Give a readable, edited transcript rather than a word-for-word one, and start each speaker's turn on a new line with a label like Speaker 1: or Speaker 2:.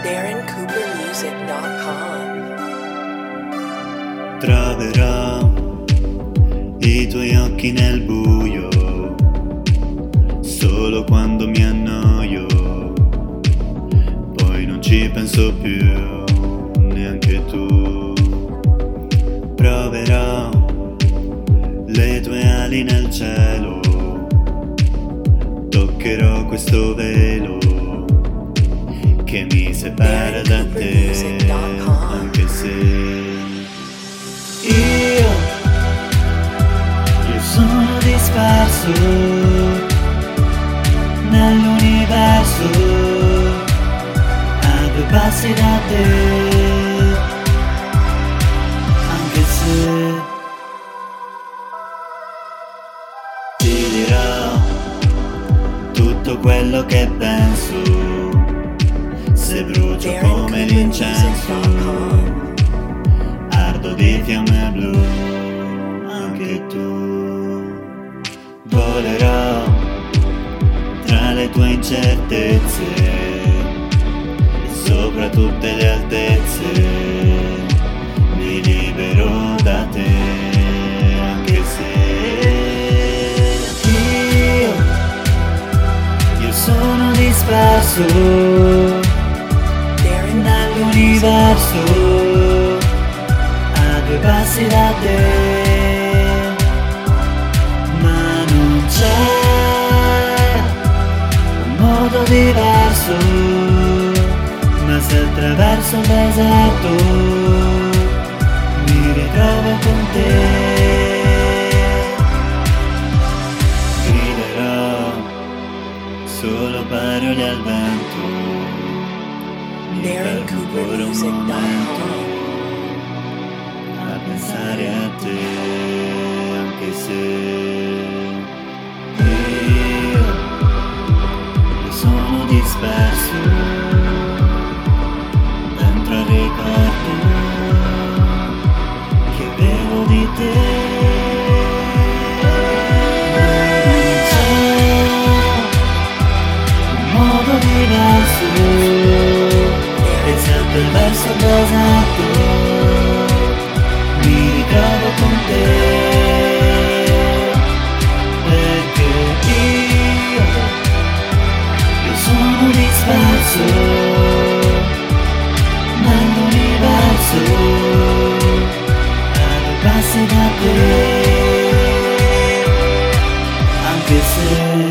Speaker 1: DarrenCooperMusic.com.
Speaker 2: Troverò i tuoi occhi nel buio, solo quando mi annoio, poi non ci penso più, neanche tu. Proverò le tue ali nel cielo, toccherò questo velo che mi separa da te, anche se io sono disperso nell'universo, a due passi da te, anche se ti dirò tutto quello che penso, se brucio come l'incenso, ardo di fiamme blu, anche tu. Volerò tra le tue incertezze e sopra tutte le altezze, mi libero da te, anche se io sono disperso nell'universo, a due passi da te, ma non c'è un modo diverso, ma se attraverso il deserto mi ritrovo con te, griderò solo parole al vento,
Speaker 1: DarrenCooperMusic.com.
Speaker 2: a pensare a te, anche se io sono disperso dentro al ricordo che avevo di te. Non c'è un modo diverso, esatto il verso esatto, mi ritrovo con te, perché io sono disperso nell'universo, a due passi da te, anche se